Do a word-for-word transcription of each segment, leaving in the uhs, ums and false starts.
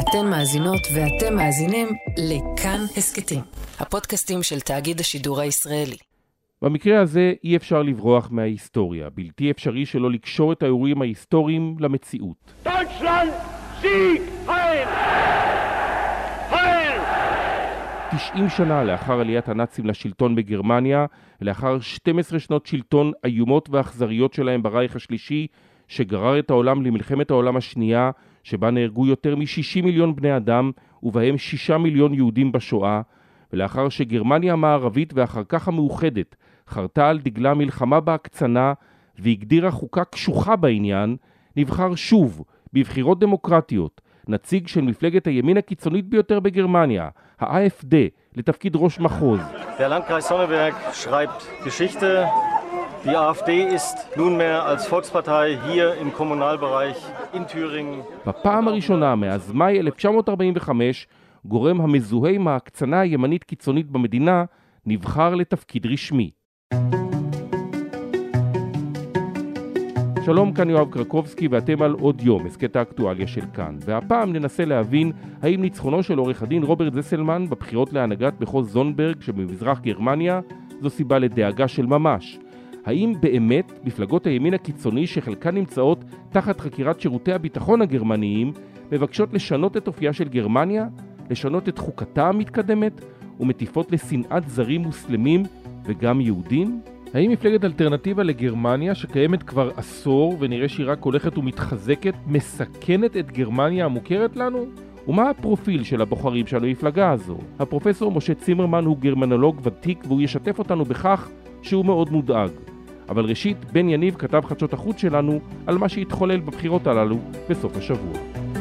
אתן מאזינות ואתם מאזינים לכאן הסקטים, הפודקאסטים של תאגיד השידור הישראלי. במקרה הזה אי אפשר לברוח מההיסטוריה, בלתי אפשרי שלא לקשור את האירועים ההיסטוריים למציאות. דויטשלנד, סיג, הייל! הייל! תשעים שנה לאחר עליית הנאצים לשלטון בגרמניה, לאחר שתים עשרה שנות שלטון איומות ואכזריות שלהם ברייך השלישי, שגרר את העולם למלחמת העולם השנייה, שבה נהרגו יותר מ-שישים מיליון בני אדם, ובהם שישה מיליון יהודים בשואה, ולאחר שגרמניה המערבית ואחר כך המאוחדת חרתה על דגלה מלחמה בהקצנה והגדירה חוקה קשוחה בעניין, נבחר שוב בבחירות דמוקרטיות נציג של מפלגת הימין הקיצונית ביותר בגרמניה, ה-איי אף די, לתפקיד ראש מחוז. Der Landkreis Sonneberg schreibt Geschichte. Die AfD ist nunmehr als Volkspartei hier im Kommunalbereich in Thüringen. בפעם הראשונה מאז מאי אלף תשע מאות ארבעים וחמש, גורם המזוהה עם ההקצנה הימנית קיצונית במדינה נבחר לתפקיד רשמי. שלום, כאן יואב קרקובסקי ואתם על עוד יום, הסקט האקטואליה של כאן. והפעם ננסה להבין האם ניצחונו של עורך הדין רוברט זסלמן בבחירות להנהגת מחוז זונברג שבמזרח גרמניה זו סיבה לדאגה של ממש. האם באמת מפלגות הימין הקיצוני שחלקן נמצאות תחת חקירת שירותי הביטחון הגרמניים מבקשות לשנות את אופייה של גרמניה, לשנות את חוקתה המתקדמת ומטיפות לשנאת זרים מוסלמים וגם יהודים? האם מפלגת אלטרנטיבה לגרמניה שקיימת כבר עשור ונראה שהיא רק הולכת ומתחזקת מסכנת את גרמניה המוכרת לנו? ומה הפרופיל של הבוחרים של המפלגה הזו? הפרופסור משה צימרמן הוא גרמנולוג ותיק והוא ישתף אותנו בכך שהוא מאוד מודאג. אבל ראשית, בן יניב כתב חדשות החוץ שלנו על מה שהתחולל בבחירות הללו בסוף השבוע.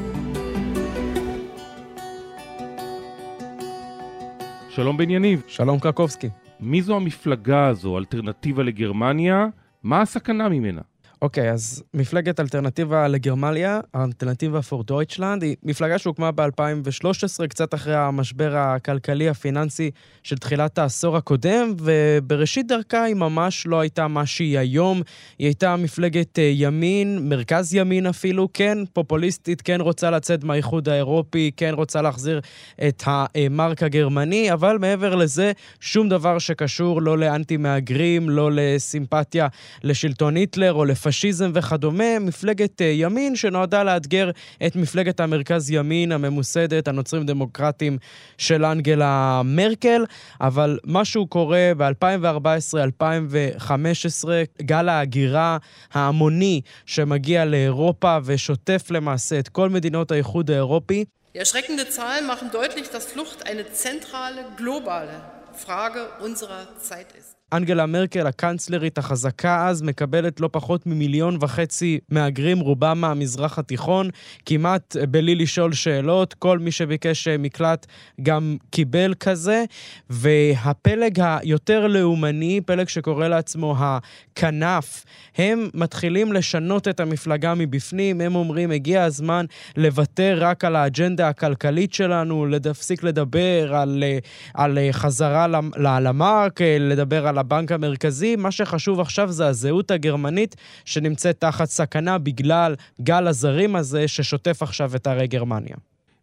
שלום בן יניב. שלום קרקובסקי. מי זו המפלגה הזו, אלטרנטיבה לגרמניה? מה הסכנה ממנה? אוקיי, אז מפלגת אלטרנטיבה לגרמניה, אלטרנטיבה פור דויטשלנד, היא מפלגה שהוקמה ב-אלפיים ושלוש עשרה, קצת אחרי המשבר הכלכלי הפיננסי של תחילת העשור הקודם, ובראשית דרכה היא ממש לא הייתה מה שהיא היום. היא הייתה מפלגת ימין, מרכז ימין אפילו, כן פופוליסטית, כן רוצה לצאת מהאיחוד האירופי, כן רוצה להחזיר את המרק הגרמני, אבל מעבר לזה, שום דבר שקשור לא לאנטי-מהגרים, לא לסימפתיה לשלטון היטלר או לפשיזם, פשיזם וכדומה, מפלגת ימין שנועדה לאתגר את מפלגת המרכז ימין הממוסדת, הנוצרים דמוקרטים של אנגלה מרקל, אבל משהו קורה ב-אלפיים וארבע עשרה אלפיים וחמש עשרה, גל ההגירה ההמוני שמגיע לאירופה ושוטף למעשה את כל מדינות האיחוד האירופי. Die erschreckende Zahlen machen deutlich, dass Flucht eine zentrale, globale Frage unserer Zeit ist. אנגלה מרקל, הקנצלרית החזקה אז, מקבלת לא פחות ממיליון וחצי מהגרים, רובם מהמזרח התיכון, כמעט בלי לשאול שאלות, כל מי שביקש מקלט גם קיבל כזה, והפלג היותר לאומני, פלג שקורא לעצמו הכנף, הם מתחילים לשנות את המפלגה מבפנים, הם אומרים, הגיע הזמן לוותר רק על האג'נדה הכלכלית שלנו, להפסיק לדבר על, על חזרה למרק, לדבר על הבנק המרכזי, מה שחשוב עכשיו זה הזהות הגרמנית שנמצאת תחת סכנה בגלל גל הזרים הזה ששוטף עכשיו את הרי גרמניה.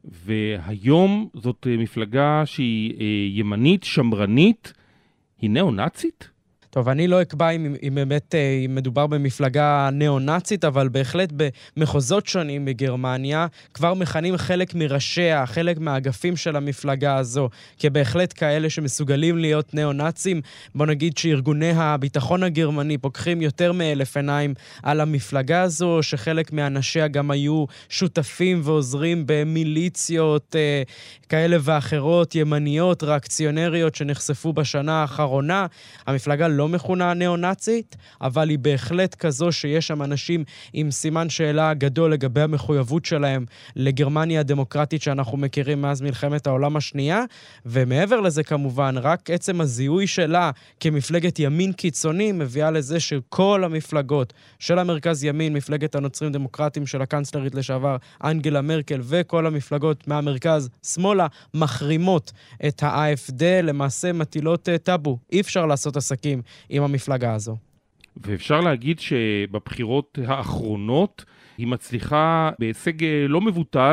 והיום זאת מפלגה שהיא ימנית, שמרנית, היא נאו-נאצית? טוב, אני לא אקבע אם, אם באמת אם מדובר במפלגה נאו-נאצית, אבל בהחלט במחוזות שונים בגרמניה, כבר מכנים חלק מראשיה, חלק מהאגפים של המפלגה הזו, כבהחלט כאלה שמסוגלים להיות נאו-נאצים. בוא נגיד שארגוני הביטחון הגרמני פוקחים יותר מאלף עיניים על המפלגה הזו, שחלק מאנשיה גם היו שותפים ועוזרים במיליציות אה, כאלה ואחרות, ימניות, ריאקציונריות שנחשפו בשנה האחרונה. המפלגה לא לא מכונה נאו-נאצית, אבל היא בהחלט כזו שיש שם אנשים עם סימן שאלה גדול לגבי המחויבות שלהם לגרמניה הדמוקרטית שאנחנו מכירים מאז מלחמת העולם השנייה, ומעבר לזה כמובן, רק עצם הזיהוי שלה כמפלגת ימין קיצוני מביאה לזה שכל המפלגות של המרכז ימין, מפלגת הנוצרים דמוקרטים של הקנצלרית לשעבר אנגלה מרקל, וכל המפלגות מהמרכז שמאלה מחרימות את ה-איי אף די, למעשה מטילות טאבו. אי אפשר לעשות עסקים עם המפלגה הזו. ואפשר להגיד שבבחירות האחרונות היא מצליחה בהישג לא מבוטל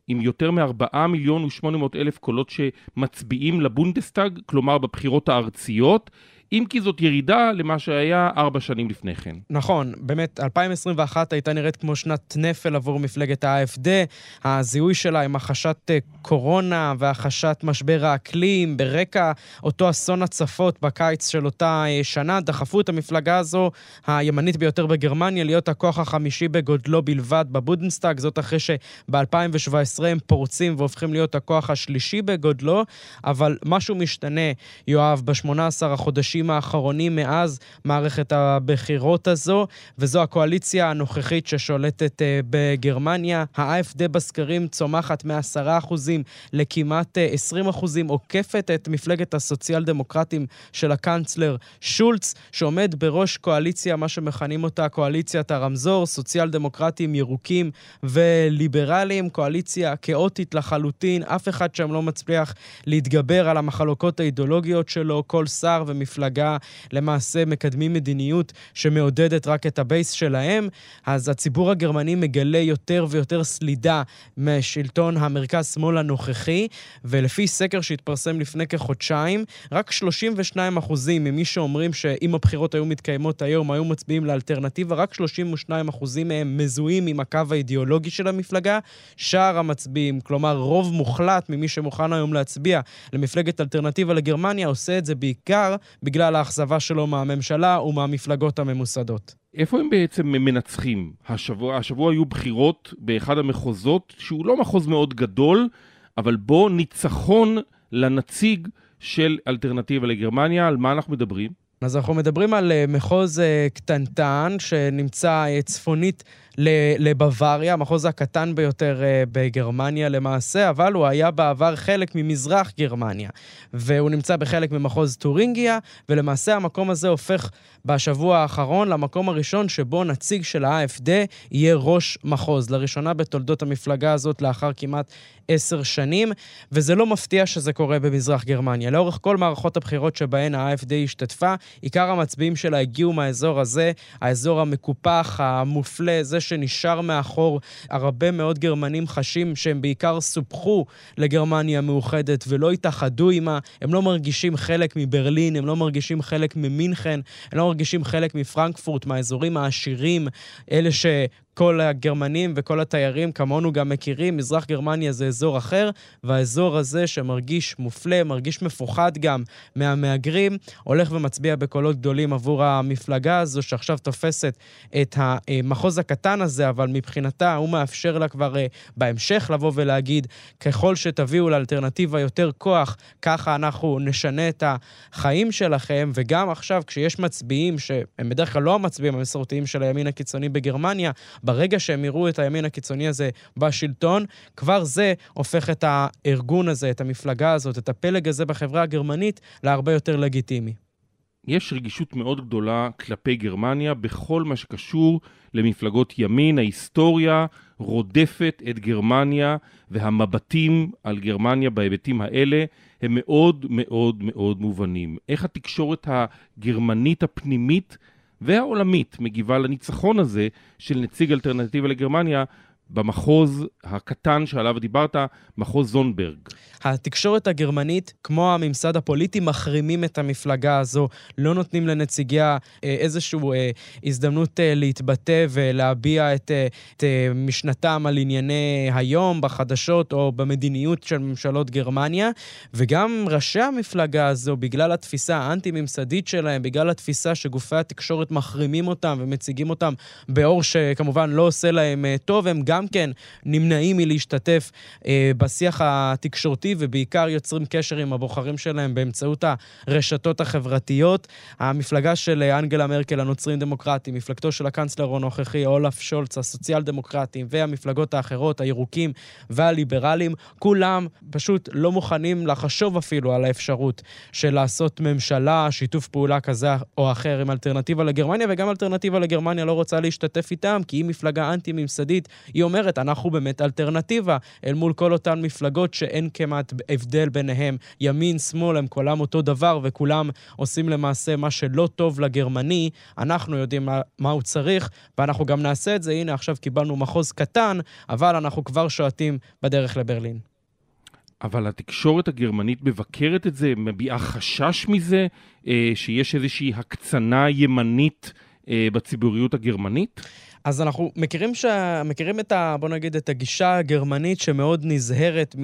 עם יותר מארבעה מיליון ושמונה מאות אלף קולות שמצביעים לבונדסטאג, כלומר בבחירות הארציות, אם כי זאת ירידה למה שהיה ארבע שנים לפני כן. נכון, באמת, אלפיים עשרים ואחת הייתה נראית כמו שנת נפל עבור מפלגת ה-איי אף די, הזיהוי שלה עם החשת קורונה והחשת משבר האקלים, ברקע אותו אסון הצפות בקיץ של אותה שנה, דחפו את המפלגה הזו, הימנית ביותר בגרמניה, להיות הכוח החמישי בגודלו בלבד בבונדסטאג, זאת אחרי שב-אלפיים שבע עשרה הם פורצים והופכים להיות הכוח השלישי בגודלו, אבל משהו משתנה, יואב, ב-שמונה עשר החודשים האחרונים מאז מערכת הבחירות הזו, וזו הקואליציה הנוכחית ששולטת בגרמניה. ה-איי אף די בסקרים צומחת מ-עשרה אחוזים לכמעט עשרים אחוזים, עוקפת את מפלגת הסוציאל דמוקרטים של הקנצלר שולץ, שעומד בראש קואליציה, מה שמכנים אותה קואליציית הרמזור, סוציאל דמוקרטים ירוקים וליברליים, קואליציה כאוטית לחלוטין, אף אחד שם לא מצליח להתגבר על המחלוקות האידיאולוגיות שלו, כל שר ומפלגה למעשה מקדמים מדיניות שמעודדת רק את הבייס שלהם, אז הציבור הגרמני מגלה יותר ויותר סלידה משלטון המרכז שמאל הנוכחי, ולפי סקר שהתפרסם לפני כחודשיים, רק שלושים ושניים אחוזים ממי שאומרים שאם הבחירות היו מתקיימות היום, היו מצביעים לאלטרנטיבה, רק שלושים ושניים אחוזים מהם מזוהים עם הקו האידיאולוגי של המפלגה, שאר המצביעים, כלומר רוב מוחלט ממי שמוכן היום להצביע למפלגת אלטרנטיבה לגרמניה, עושה את זה בעיקר בגלל האכזבה שלו מהממשלה ומהמפלגות הממוסדות. איפה הם בעצם מנצחים? השבוע, השבוע היו בחירות באחד המחוזות, שהוא לא מחוז מאוד גדול, אבל בו ניצחון לנציג של אלטרנטיבה לגרמניה. על מה אנחנו מדברים? אז אנחנו מדברים על מחוז קטנטן שנמצא צפונית לבוואריה, המחוז הקטן ביותר בגרמניה למעשה, אבל הוא היה בעבר חלק ממזרח גרמניה, והוא נמצא בחלק ממחוז טורינגיה, ולמעשה המקום הזה הופך בשבוע האחרון למקום הראשון שבו נציג של ה-איי אף די יהיה ראש מחוז, לראשונה בתולדות המפלגה הזאת לאחר כמעט עשר שנים, וזה לא מפתיע שזה קורה במזרח גרמניה. לאורך כל מערכות הבחירות שבהן ה-איי אף די השתתפה, עיקר המצביעים שלה הגיעו מהאזור הזה, האזור המקופח, המופלא, זה שנשאר מאחור. הרבה מאוד גרמנים חשים שהם בעיקר סופחו לגרמניה המאוחדת ולא התאחדו עימה, הם לא מרגישים חלק מברלין, הם לא מרגישים חלק ממינכן, הם לא מרגישים חלק מפרנקפורט, מהאזורים העשירים, אלה ש... כל הגרמנים וכל התיירים כמונו גם מכירים, מזרח גרמניה זה אזור אחר, והאזור הזה שמרגיש מופלא, מרגיש מפוחד גם מהמהגרים, הולך ומצביע בקולות גדולים עבור המפלגה הזו, שעכשיו תופסת את המחוז הקטן הזה, אבל מבחינתה הוא מאפשר לה כבר בהמשך לבוא ולהגיד, ככל שתביאו לאלטרנטיבה יותר כוח, ככה אנחנו נשנה את החיים שלכם, וגם עכשיו כשיש מצביעים, שהם בדרך כלל לא המצביעים המסורתיים של הימין הקיצוני בגרמניה, ברגע שהם יראו את הימין הקיצוני הזה בשלטון, כבר זה הופך את הארגון הזה, את המפלגה הזאת, את הפלג הזה בחברה הגרמנית, להרבה יותר לגיטימי. יש רגישות מאוד גדולה כלפי גרמניה בכל מה שקשור למפלגות ימין. ההיסטוריה רודפת את גרמניה, והמבטים על גרמניה בהיבטים האלה הם מאוד מאוד מאוד מובנים. איך התקשורת הגרמנית הפנימית והעולמית מגיבה לניצחון הזה של נציג אלטרנטיבה לגרמניה במחוז הקטן שעליו דיברת, מחוז זונברג? התקשורת הגרמנית, כמו הממסד הפוליטי, מחרימים את המפלגה הזו, לא נותנים לנציגיה איזושהי הזדמנות להתבטא ולהביע את, את משנתם על ענייני היום בחדשות או במדיניות של ממשלות גרמניה, וגם ראשי המפלגה הזו, בגלל התפיסה האנטי-ממסדית שלהם, בגלל התפיסה שגופי התקשורת מחרימים אותם ומציגים אותם באור שכמובן לא עושה להם טוב, הם גם כן נמנעים מלהשתתף אה, בשיח התקשורתי, ובעיקר יוצרים קשר עם הבוחרים שלהם באמצעות הרשתות החברתיות. המפלגה של אנגלה מרקל, הנוצרים דמוקרטים, מפלגתו של הקנצלר הנוכחי אולף שולץ, הסוציאל דמוקרטים, והמפלגות האחרות, הירוקים והליברלים, כולם פשוט לא מוכנים לחשוב אפילו על האפשרות של לעשות ממשלה, שיתוף פעולה כזה או אחר עם אלטרנטיבה לגרמניה, וגם אלטרנטיבה לגרמניה לא רוצה להשתתף איתם, כי היא מפלגה אנטי-ממסדית, היא אומרת, אנחנו באמת אלטרנטיבה אל מול כל אותן מפלגות שאין כמעט הבדל ביניהם. ימין, שמאל, הם כולם אותו דבר, וכולם עושים למעשה מה שלא טוב לגרמני. אנחנו יודעים מה, מה הוא צריך, ואנחנו גם נעשה את זה. הנה, עכשיו קיבלנו מחוז קטן, אבל אנחנו כבר שועטים בדרך לברלין. אבל התקשורת הגרמנית מבקרת את זה, מביעה חשש מזה, שיש איזושהי הקצנה ימנית בציבוריות הגרמנית? אז אנחנו מכירים, ש... מכירים את ה... בוא נגיד, את הגישה הגרמנית שמאוד נזהרת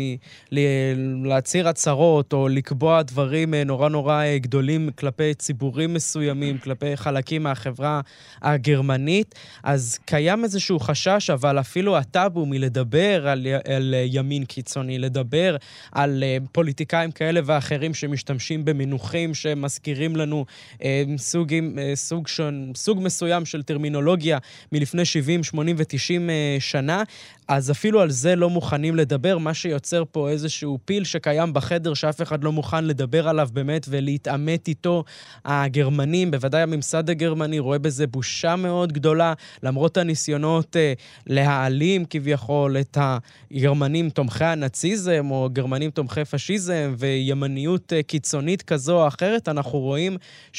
מלהצהיר הצהרות או לקבוע דברים נורא נורא גדולים כלפי ציבורים מסוימים, כלפי חלקים מהחברה הגרמנית. אז קיים איזשהו חשש, אבל אפילו הטאבו מלדבר על, על ימין קיצוני, לדבר על פוליטיקאים כאלה ואחרים שמשתמשים במינוחים שמזכירים לנו סוג, סוג, שון, סוג מסוים של טרמינולוגיה מלפני לפני שבעים, שמונים ותשעים שנה, אז אפילו על זה לא מוכנים לדבר, מה שיוצר פה איזשהו פיל שקיים בחדר שאף אחד לא מוכן לדבר עליו באמת ולהתעמת איתו. הגרמנים, בוודאי הממסד הגרמני, רואה בזה בושה מאוד גדולה, למרות הניסיונות אה, להעלים כביכול את הגרמנים תומכי הנאציזם או גרמנים תומכי פשיזם וימניות אה, קיצונית כזו או אחרת. אנחנו רואים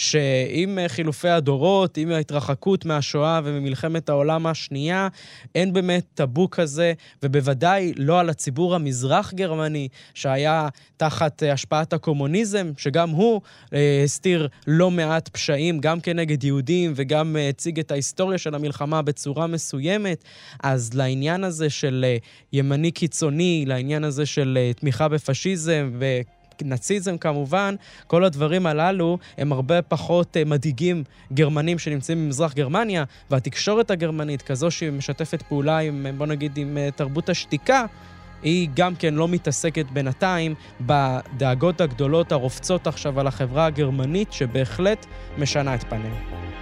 שעם חילופי הדורות, עם ההתרחקות מהשואה וממלחמת העולם השנייה, אין באמת טאבו כזה, ובוודאי לא על הציבור המזרח גרמני שהיה תחת השפעת הקומוניזם, שגם הוא אה, הסתיר לא מעט פשעים, גם כנגד יהודים וגם אה, הציג את ההיסטוריה של המלחמה בצורה מסוימת. אז לעניין הזה של אה, ימני קיצוני, לעניין הזה של אה, תמיכה בפשיזם ו... נאציזם כמובן, כל הדברים הללו הם הרבה פחות מדאיגים גרמנים שנמצאים במזרח גרמניה, והתקשורת הגרמנית כזו שהיא משתפת פעולה עם, בוא נגיד, עם תרבות השתיקה, היא גם כן לא מתעסקת בינתיים בדאגות הגדולות הרופצות עכשיו על החברה הגרמנית, שבהחלט משנה את פניה.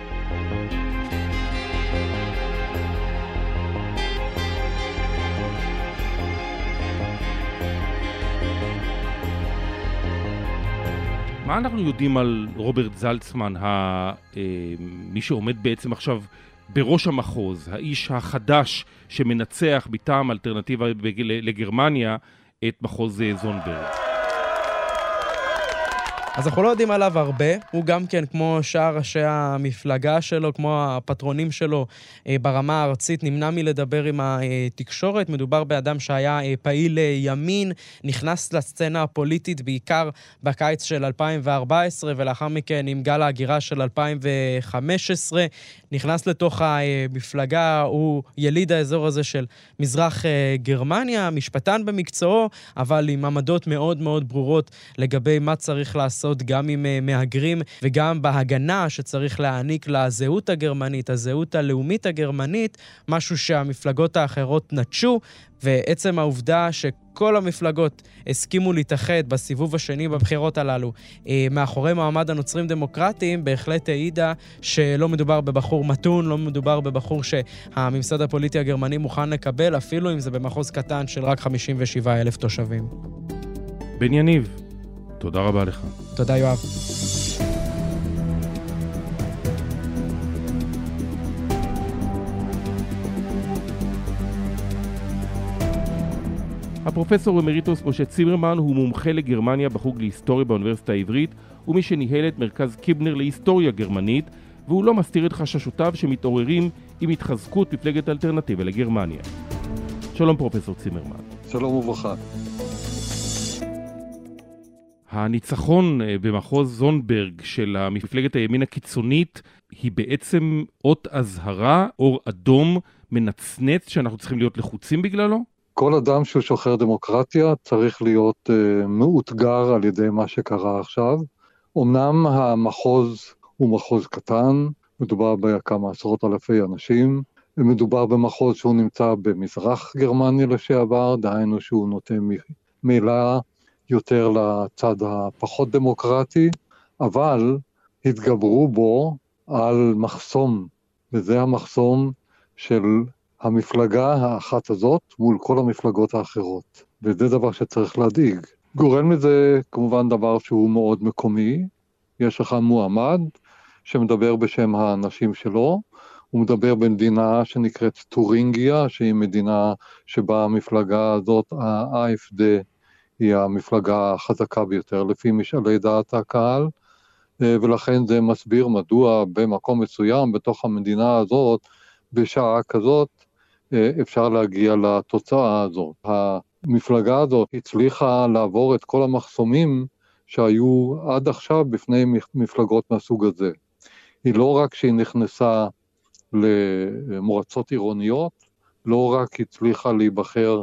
מה אנחנו יודעים על רוברט זלצמן, מי שעומד בעצם עכשיו בראש המחוז, האיש החדש שמנצח מטעם אלטרנטיבה לגרמניה את מחוז זונברג? אז אנחנו לא יודעים עליו הרבה, הוא גם כן כמו שאר ראשי המפלגה שלו, כמו הפטרונים שלו ברמה הארצית, נמנע מלדבר עם התקשורת. מדובר באדם שהיה פעיל ימין, נכנס לסצנה הפוליטית בעיקר בקיץ של אלפיים וארבע עשרה, ולאחר מכן עם גל ההגירה של אלפיים וחמש עשרה, נכנס לתוך המפלגה, הוא יליד האזור הזה של מזרח גרמניה, משפטן במקצועו, אבל עם עמדות מאוד מאוד ברורות לגבי מה צריך לעשות גם עם מהגרים וגם בהגנה שצריך להעניק לזהות הגרמנית, הזהות הלאומית הגרמנית, משהו שהמפלגות האחרות נטשו, ועצם העובדה שכל המפלגות הסכימו להתאחד בסיבוב השני בבחירות הללו מאחורי מעמד הנוצרים דמוקרטיים, בהחלט העידה שלא מדובר בבחור מתון, לא מדובר בבחור שהממסד הפוליטי הגרמני מוכן לקבל, אפילו אם זה במחוז קטן של רק חמישים ושבעה אלף תושבים. בן יניב, תודה רבה לך. תודה יואב. הפרופסור אמריטוס משה צימרמן הוא מומחה לגרמניה בחוג להיסטוריה באוניברסיטה העברית, ומי שניהל את מרכז קיבנר להיסטוריה גרמנית, והוא לא מסתיר את חששותיו שמתעוררים עם התחזקות מפלגת אלטרנטיבה לגרמניה. שלום פרופסור צימרמן. שלום וברכה. הניצחון במחוז זונברג של המפלגת הימין הקיצונית היא בעצם אות אזהרה, אור אדום, מנצנץ שאנחנו צריכים להיות לחוצים בגללו? כל אדם שהוא שוחר דמוקרטיה צריך להיות uh, מאותגר על ידי מה שקרה עכשיו. אמנם המחוז הוא מחוז קטן, מדובר בכמה עשרות אלפי אנשים, מדובר במחוז שהוא נמצא במזרח גרמניה לשעבר, דהיינו שהוא נותן מילה יותר לצד הפחות דמוקרטי, אבל התגברו בו על מחסום, וזה המחסום של המפלגה האחת הזאת מול כל המפלגות האחרות, וזה דבר שצריך להדאיג. גורם לזה כמובן דבר שהוא מאוד מקומי, יש לך מועמד שמדבר בשם האנשים שלו, הוא מדבר במדינה שנקראת טורינגיה, שהיא מדינה שבה המפלגה הזאת, ה-איי אף די, היא המפלגה החזקה ביותר לפי משאלי דעת הקהל, ולכן זה מסביר מדוע במקום מסוים בתוך המדינה הזאת, בשעה כזאת, אפשר להגיע לתוצאה הזאת. המפלגה הזאת הצליחה לעבור את כל המחסומים שהיו עד עכשיו בפני מפלגות מהסוג הזה. היא לא רק שהיא נכנסה למועצות עירוניות, לא רק הצליחה להיבחר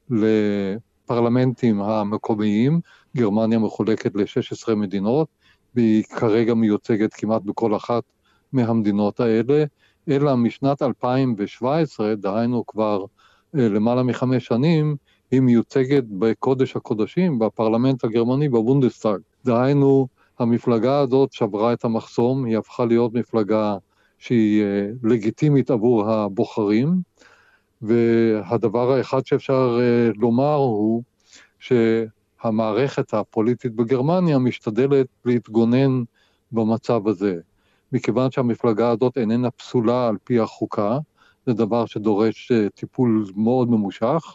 לפרלמנטים המקומיים, גרמניה מחולקת ל-שש עשרה מדינות, והיא כרגע מיוצגת כמעט בכל אחת מהמדינות האלה, אלא משנת אלפיים שבע עשרה, דהיינו כבר למעלה מחמש שנים, היא מיוצגת בקודש הקודשים, בפרלמנט הגרמני, בבונדסטאג. דהיינו, המפלגה הזאת שברה את המחסום, היא הפכה להיות מפלגה שהיא לגיטימית עבור הבוחרים, והדבר האחד שאפשר לומר הוא שהמערכת הפוליטית בגרמניה משתדלת להתגונן במצב הזה. מכיוון שהמפלגה הזאת איננה פסולה על פי החוקה, זה דבר שדורש טיפול מאוד ממושך.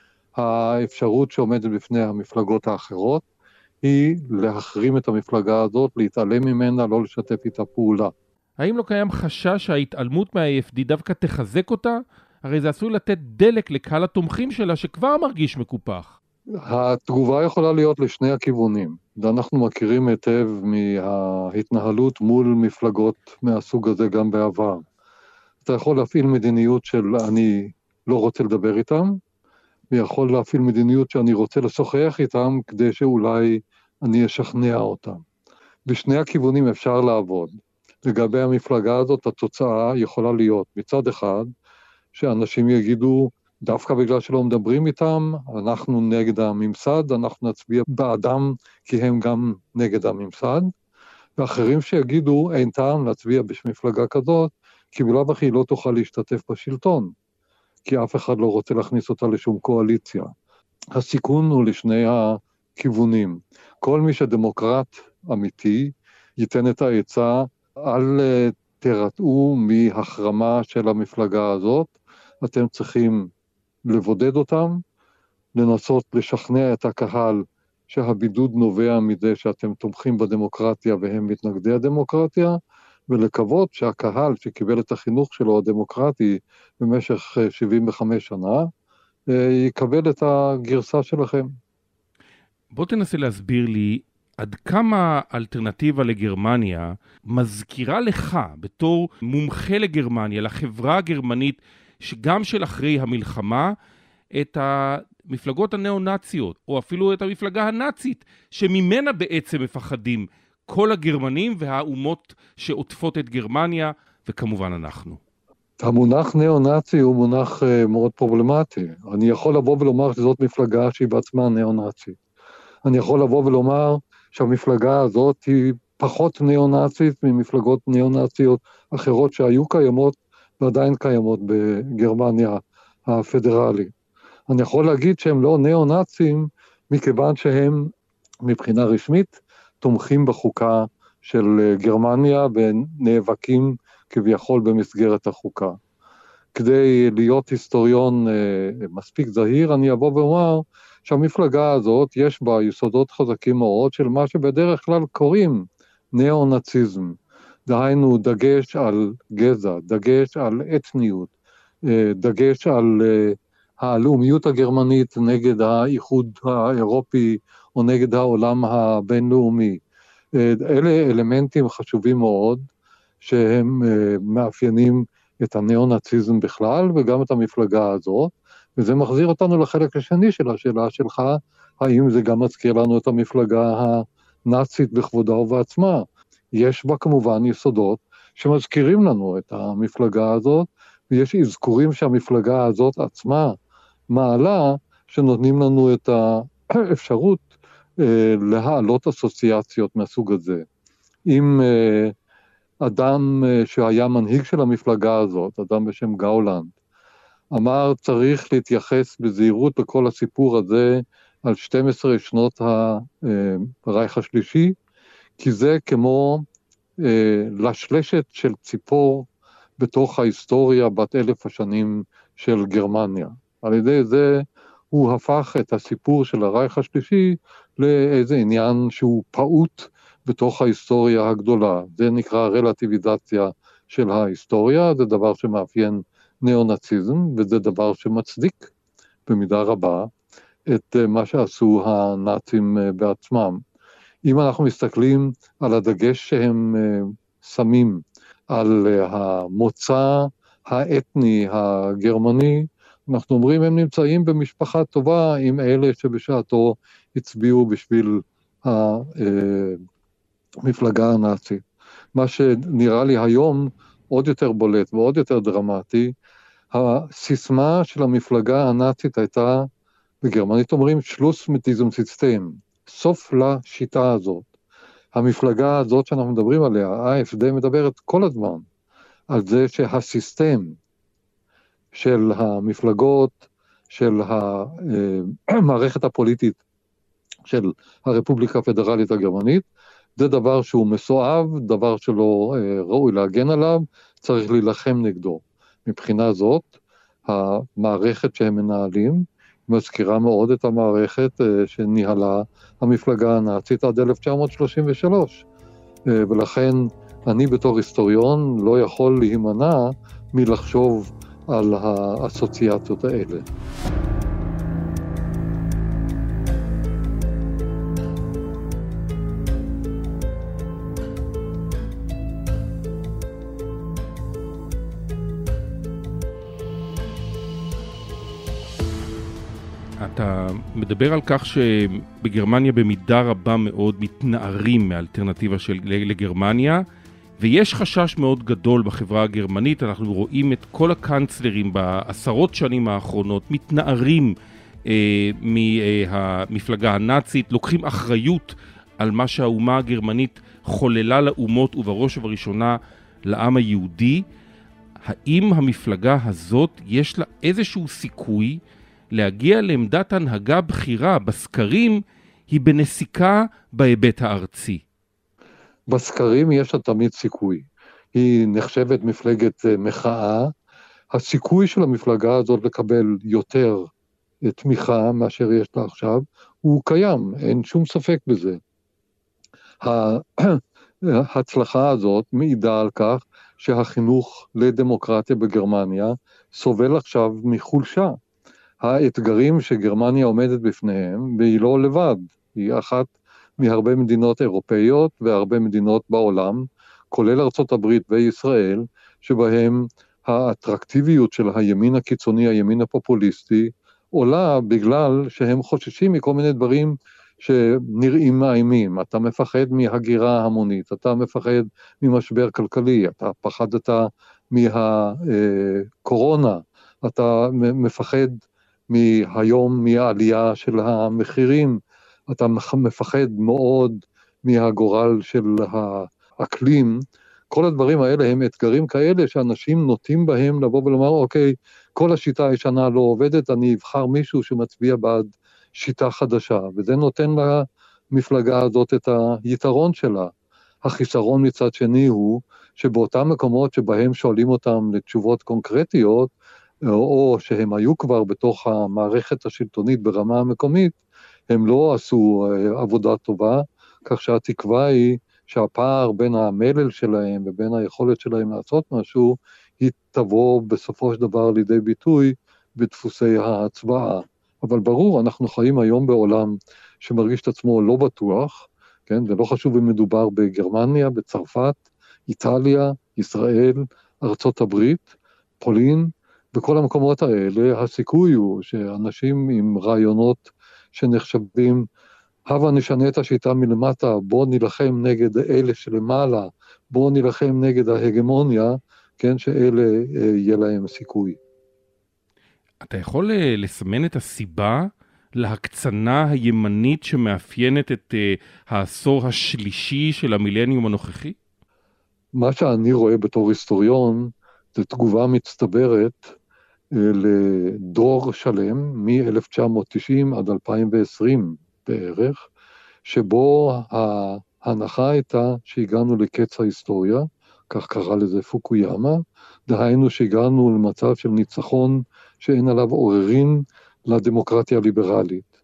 האפשרות שעומדת בפני המפלגות האחרות היא להחרים את המפלגה הזאת, להתעלם ממנה, לא לשתף איתה פעולה. האם לא קיים חשש שההתעלמות מה-איי אף די דווקא תחזק אותה? הרי זה עשוי לתת דלק לקהל התומכים שלה שכבר מרגיש מקופח. התגובה יכולה להיות לשני הכיוונים. ואנחנו מכירים היטב מההתנהלות מול מפלגות מהסוג הזה גם בעבר. אתה יכול להפעיל מדיניות של אני לא רוצה לדבר איתם, ויכול להפעיל מדיניות שאני רוצה לשוחח איתם כדי שאולי אני אשכנע אותם. בשני הכיוונים אפשר לעבוד. לגבי המפלגה הזאת התוצאה יכולה להיות מצד אחד, שאנשים יגידו, דווקא בגלל שלא מדברים איתם, אנחנו נגד הממסד, אנחנו נצביע בעדם כי הם גם נגד הממסד, ואחרים שיגידו, אין טעם להצביע במפלגה כזאת, כי בלא בכי לא תוכל להשתתף בשלטון, כי אף אחד לא רוצה להכניס אותה לשום קואליציה. הסיכון הוא לשני הכיוונים. כל מי שדמוקרט אמיתי ייתן את העצה, אל תירתעו מהחרמה של המפלגה הזאת, אתם צריכים לבודד אותם, לנסות לשכנע את הקהל שהבידוד נובע מזה שאתם תומכים בדמוקרטיה והם מתנגדי הדמוקרטיה, ולקוות שהקהל שקיבל את החינוך שלו הדמוקרטי במשך שבעים וחמש שנה, יקבל את הגרסה שלכם. בוא תנסה להסביר לי עד כמה האלטרנטיבה לגרמניה מזכירה לך בתור מומחה לגרמניה, לחברה הגרמנית, שגם של אחרי המלחמה, את המפלגות הנאו-נאציות, או אפילו את המפלגה הנאצית, שממנה בעצם מפחדים כל הגרמנים והאומות שעוטפות את גרמניה, וכמובן אנחנו. המונח נאו-נאצי הוא מונח מאוד פרובלמטי. אני יכול לבוא ולומר שזאת מפלגה שהיא בעצמה נאו-נאצית. אני יכול לבוא ולומר שהמפלגה הזאת היא פחות נאו-נאצית ממפלגות נאו-נאציות אחרות שהיו קיימות, ועדיין קיימות בגרמניה הפדרלית. אני יכול להגיד שהם לא נאו-נאצים, מכיוון שהם מבחינה רשמית תומכים בחוקה של גרמניה, ונאבקים כביכול במסגרת החוקה. כדי להיות היסטוריון מספיק זהיר, אני אבוא ואומר שהמפלגה הזאת יש בה יסודות חזקים מאוד של מה שבדרך כלל קוראים נאו-נאציזם. דהיינו דגש על גזע, דגש על אתניות, דגש על הלאומיות הגרמנית נגד האיחוד האירופי או נגד העולם הבינלאומי. אלה אלמנטים חשובים מאוד שהם מאפיינים את הנאו-נאציזם בכלל וגם את המפלגה הזאת, וזה מחזיר אותנו לחלק השני של השאלה שלך, האם זה גם מזכיר לנו את המפלגה הנאצית בכבודה ובעצמה. יש בה כמובן יסודות שמזכירים לנו את המפלגה הזאת, ויש אזכורים שהמפלגה הזאת עצמה מעלה, שנותנים לנו את האפשרות אה, להעלות אסוציאציות מהסוג הזה. אם אה, אדם אה, שהיה מנהיג של המפלגה הזאת, אדם בשם גאולנד, אמר צריך להתייחס בזהירות לכל הסיפור הזה על שתים עשרה שנות הרייך השלישי, כי זה כמו אה, לשלשת של ציפור בתוך ההיסטוריה בת אלף השנים של גרמניה. על ידי זה הוא הפך את הסיפור של הרייך השלישי לאיזה עניין שהוא פעוט בתוך ההיסטוריה הגדולה. זה נקרא רלטיביזציה של ההיסטוריה, זה דבר שמאפיין ניאו-נאציזם, וזה דבר שמצדיק במידה רבה את מה שעשו הנאצים בעצמם. אם אנחנו מסתכלים על הדגש שהם שמים על המוצא האתני הגרמני, אנחנו אומרים הם נמצאים במשפחה טובה עם אלה שבשעתו הצביעו בשביל המפלגה הנאצית. מה שנראה לי היום עוד יותר בולט ועוד יותר דרמטי, הסיסמה של המפלגה הנאצית הייתה, בגרמנית אומרים שלוס מיט דיזם סיסטם, סוף לשיטה הזאת. המפלגה הזאת שאנחנו מדברים עליה, ה-אף די מדברת כל הזמן על זה שהסיסטם של המפלגות, של המערכת הפוליטית של הרפובליקה הפדרלית הגרמנית, זה דבר שהוא מסואב, דבר שלא ראוי להגן עליו, צריך להילחם נגדו. מבחינה זאת, המערכת שהם מנהלים, מזכירה מאוד את המערכת שניהלה המפלגה הנאצית עד אלף תשע מאות שלושים ושלוש. ולכן אני בתור היסטוריון לא יכול להימנע מלחשוב על האסוציאציות האלה. אתה מדבר על כך שבגרמניה במידה רבה מאוד מתנערים מהאלטרנטיבה של לגרמניה, ויש חשש מאוד גדול בחברה הגרמנית. אנחנו רואים את כל הקנצלרים בעשרות שנים האחרונות מתנערים אה, מהמפלגה הנאצית, לוקחים אחריות על מה שהאומה הגרמנית חוללה לאומות ובראש ובראשונה לעם היהודי. האם המפלגה הזאת יש לה איזשהו סיכוי להגיע לעמדת הנהגה בחירה בסקרים, היא בנסיקה בהיבט הארצי? בסקרים יש לה תמיד סיכוי. היא נחשבת מפלגת מחאה. הסיכוי של המפלגה הזאת לקבל יותר תמיכה מאשר יש לה עכשיו, הוא קיים, אין שום ספק בזה. ההצלחה הזאת מעידה על כך שהחינוך לדמוקרטיה בגרמניה סובל עכשיו מחולשה. האתגרים שגרמניה עומדת בפניהם, והיא לא לבד, היא אחת מהרבה מדינות אירופאיות והרבה מדינות בעולם, כולל ארצות הברית וישראל, שבהם האטרקטיביות של הימין הקיצוני, הימין הפופוליסטי, עולה בגלל שהם חוששים מכל מיני דברים שנראים מאיימים. אתה מפחד מהגירה המונית, אתה מפחד ממשבר כלכלי, אתה פחדת מהקורונה, אתה מפחד מהיום מהעלייה של המחירים, אתה מפחד מאוד מהגורל של האקלים. כל הדברים האלה הם אתגרים כאלה שאנשים נוטים בהם לבוא ולומר, אוקיי, כל השיטה הישנה לא עובדת, אני אבחר מישהו שמצביע בעד שיטה חדשה, וזה נותן למפלגה הזאת את היתרון שלה. החיסרון מצד שני הוא שבאותם מקומות שבהם שואלים אותם לתשובות קונקרטיות, או שהם היו כבר בתוך המערכת השלטונית ברמה המקומית, הם לא עשו עבודה טובה, כך שהתקווה היא שהפער בין המלל שלהם ובין היכולת שלהם לעשות משהו, היא תבוא בסופו של דבר לידי ביטוי בדפוסי ההצבעה. אבל ברור, אנחנו חיים היום בעולם שמרגיש את עצמו לא בטוח, כן? ולא חשוב אם מדובר בגרמניה, בצרפת, איטליה, ישראל, ארצות הברית, פולין, בכל המקומות האלה, הסיכוי הוא שאנשים עם רעיונות שנחשבים, הבה נשנה את השיטה מלמטה, בוא נלחם נגד אלה שלמעלה, בוא נלחם נגד ההגמוניה, כן, שאלה יהיה להם סיכוי. אתה יכול לסמן את הסיבה להקצנה הימנית שמאפיינת את העשור השלישי של המילניום הנוכחי? מה שאני רואה בתור היסטוריון, זה תגובה מצטברת לדור שלם, מ-אלף תשע מאות תשעים עד אלפיים ועשרים בערך, שבו ההנחה הייתה שהגענו לקץ ההיסטוריה, כך קרא לזה פוקויאמה, דהיינו שהגענו למצב של ניצחון שאין עליו עוררין לדמוקרטיה הליברלית.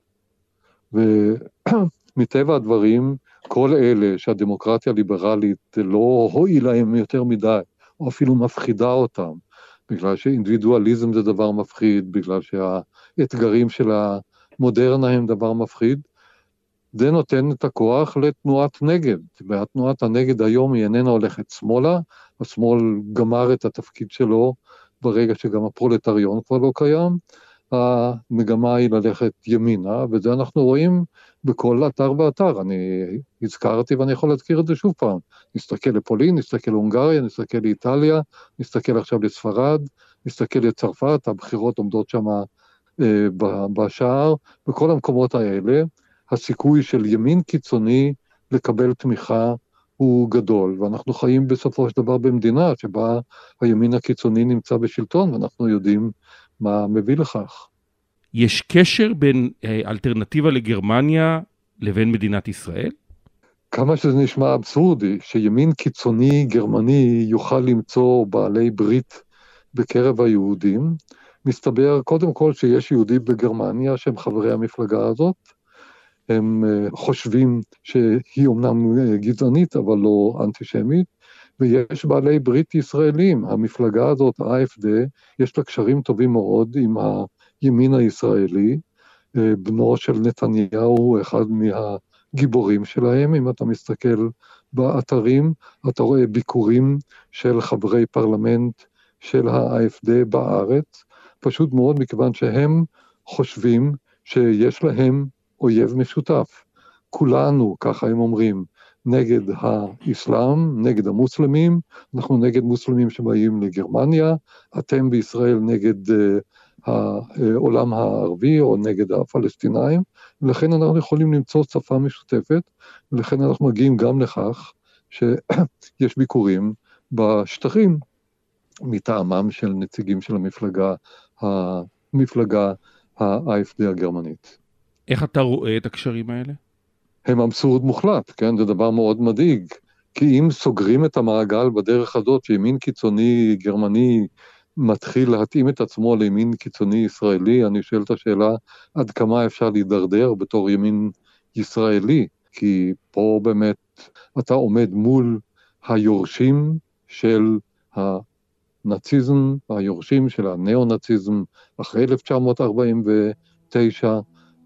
ומטבע הדברים, כל אלה שהדמוקרטיה הליברלית לא הועילה להם יותר מדי, או אפילו מפחידה אותם, בגלל שאינדיבידואליזם זה דבר מפחיד, בגלל שהאתגרים של המודרנה הם דבר מפחיד, זה נותן את הכוח לתנועת נגד, והתנועת הנגד היום היא איננה הולכת שמאלה, השמאל גמר את התפקיד שלו ברגע שגם הפרולטריון כבר לא קיים, המגמה היא ללכת ימינה, וזה אנחנו רואים בכל אתר ואתר, אני הזכרתי ואני יכול להזכיר את זה שוב פעם, נסתכל לפולין, נסתכל להונגריה, נסתכל לאיטליה, נסתכל עכשיו לספרד, נסתכל לצרפת, הבחירות עומדות שם אה, בשער, בכל המקומות האלה, הסיכוי של ימין קיצוני לקבל תמיכה הוא גדול, ואנחנו חיים בסופו של דבר במדינה שבה הימין הקיצוני נמצא בשלטון, ואנחנו יודעים מה מביא לכך. יש קשר בין אלטרנטיבה לגרמניה לבין מדינת ישראל? כמה שזה נשמע אבסורדי, שימין קיצוני גרמני יוכל למצוא בעלי ברית בקרב היהודים, מסתבר קודם כל שיש יהודים בגרמניה שהם חברי המפלגה הזאת, הם חושבים שהיא אומנם גזענית אבל לא אנטישמית, ויש בעלי ברית ישראלים, המפלגה הזאת, ה-אף די, יש לה קשרים טובים מאוד עם הימין הישראלי, בנו של נתניהו הוא אחד מהגיבורים שלהם, אם אתה מסתכל באתרים, אתה רואה ביקורים של חברי פרלמנט של ה-אף די בארץ, פשוט מאוד מכיוון שהם חושבים שיש להם אויב משותף. כולנו, ככה הם אומרים, נגד האסלאם, נגד המוסלמים, אנחנו נגד מוסלמים שבאים לגרמניה, אתם בישראל נגד uh, העולם הערבי או נגד הפלסטינאים, ולכן אנחנו יכולים למצוא שפה משותפת, ולכן אנחנו מגיעים גם לכך שיש ביקורים בשטחים מטעמם של נציגים של המפלגה, המפלגה ה-אף די הגרמנית. איך אתה רואה את הקשרים האלה? הם אבסורד מוחלט, כן? זה דבר מאוד מדאיג. כי אם סוגרים את המעגל בדרך הזאת, שימין קיצוני גרמני מתחיל להתאים את עצמו לימין קיצוני ישראלי, אני שואל את השאלה, עד כמה אפשר להידרדר בתור ימין ישראלי? כי פה באמת אתה עומד מול היורשים של הנאציזם, היורשים של הנאו-נאציזם אחרי אלף תשע מאות ארבעים ותשע,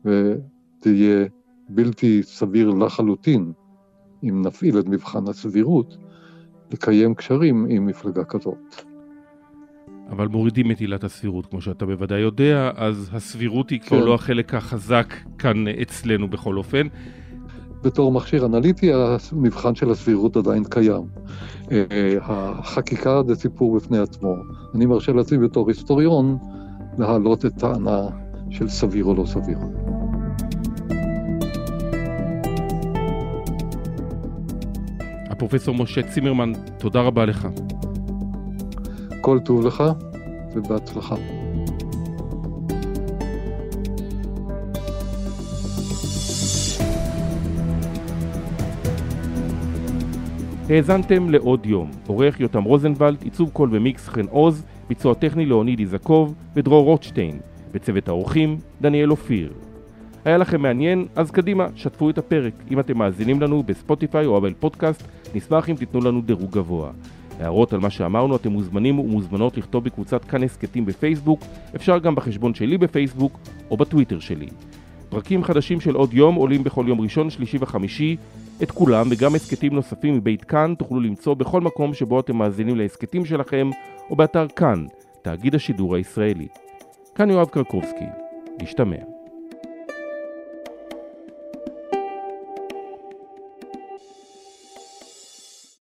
ותהיה בלתי סביר לחלוטין, אם נפעיל את מבחן הסבירות, לקיים קשרים עם מפלגה כזאת. אבל מורידים את עילת הסבירות, כמו שאתה בוודאי יודע, אז הסבירות היא כבר לא החלק החזק כאן אצלנו בכל אופן. בתור מכשיר אנליטי, המבחן של הסבירות עדיין קיים. החקיקה זה סיפור בפני עצמו. אני מרשה לעצמי בתור היסטוריון, להעלות את טענה של סביר או לא סביר. הפרופסור משה צימרמן, תודה רבה לך. כל טוב לך ובהצלחה. האזנתם לעוד יום. עורך יותם רוזנבלט, עיצוב קול ומיקס חן עוז, ביצוע טכני לאוניד איזקוב ודרור רוטשטיין. בצוות האורחים, דניאל אופיר. היה לכם מעניין? אז קדימה, שתפו את הפרק. אם אתם מאזינים לנו בספוטיפיי או אבל פודקאסט, נשמח אם תיתנו לנו דירוג גבוה. הערות על מה שאמרנו, אתם מוזמנים ומוזמנות לכתוב בקבוצת כאן הסקטים בפייסבוק, אפשר גם בחשבון שלי בפייסבוק או בטוויטר שלי. פרקים חדשים של עוד יום עולים בכל יום ראשון, שלישי וחמישי. את כולם וגם הסקטים נוספים מבית כאן תוכלו למצוא בכל מקום שבו אתם מאזינים להסקטים שלכם או באתר כאן, תאגיד השידור הישראלי. כאן יואב קרקובסקי. להשתמע.